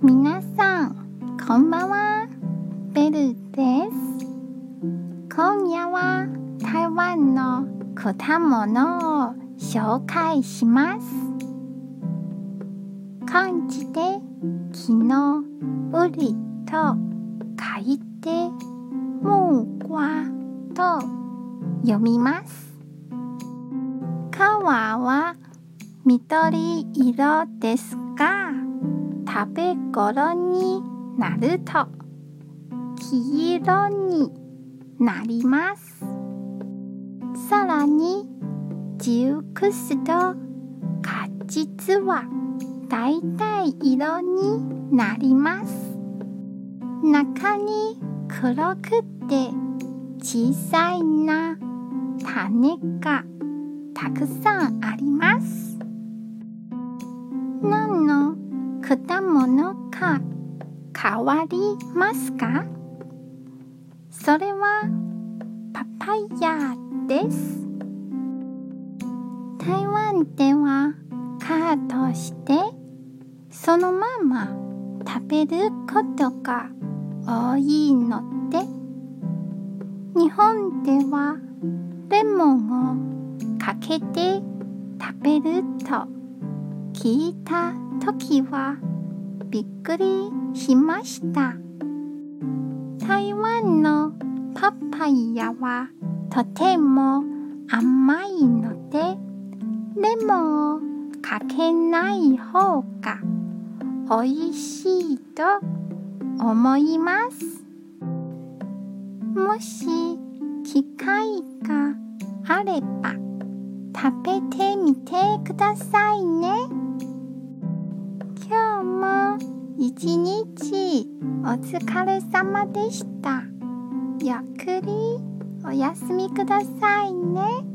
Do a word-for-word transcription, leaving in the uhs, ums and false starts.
皆さん、こんばんは。ベルです。今夜は台湾の果物を紹介します。漢字で昨日、うりと書いて木瓜と読みます。皮は緑色ですが、食べ頃になると黄色になります。さらに熟すと果実はだいたい色になります。中に黒くて小さいな種がたくさんあります。何の果物か変わりますか？それはパパイヤです。台湾ではカットしてそのまま食べることが多いので、日本ではレモンをかけて食べると聞いたときはびっくりしました。台湾のパパイヤはとても甘いので、レモンをかけない方がおいしいと思います。もし機会があれば食べてみてくださいね。今日も一日お疲れ様でした。ゆっくりお休みくださいね。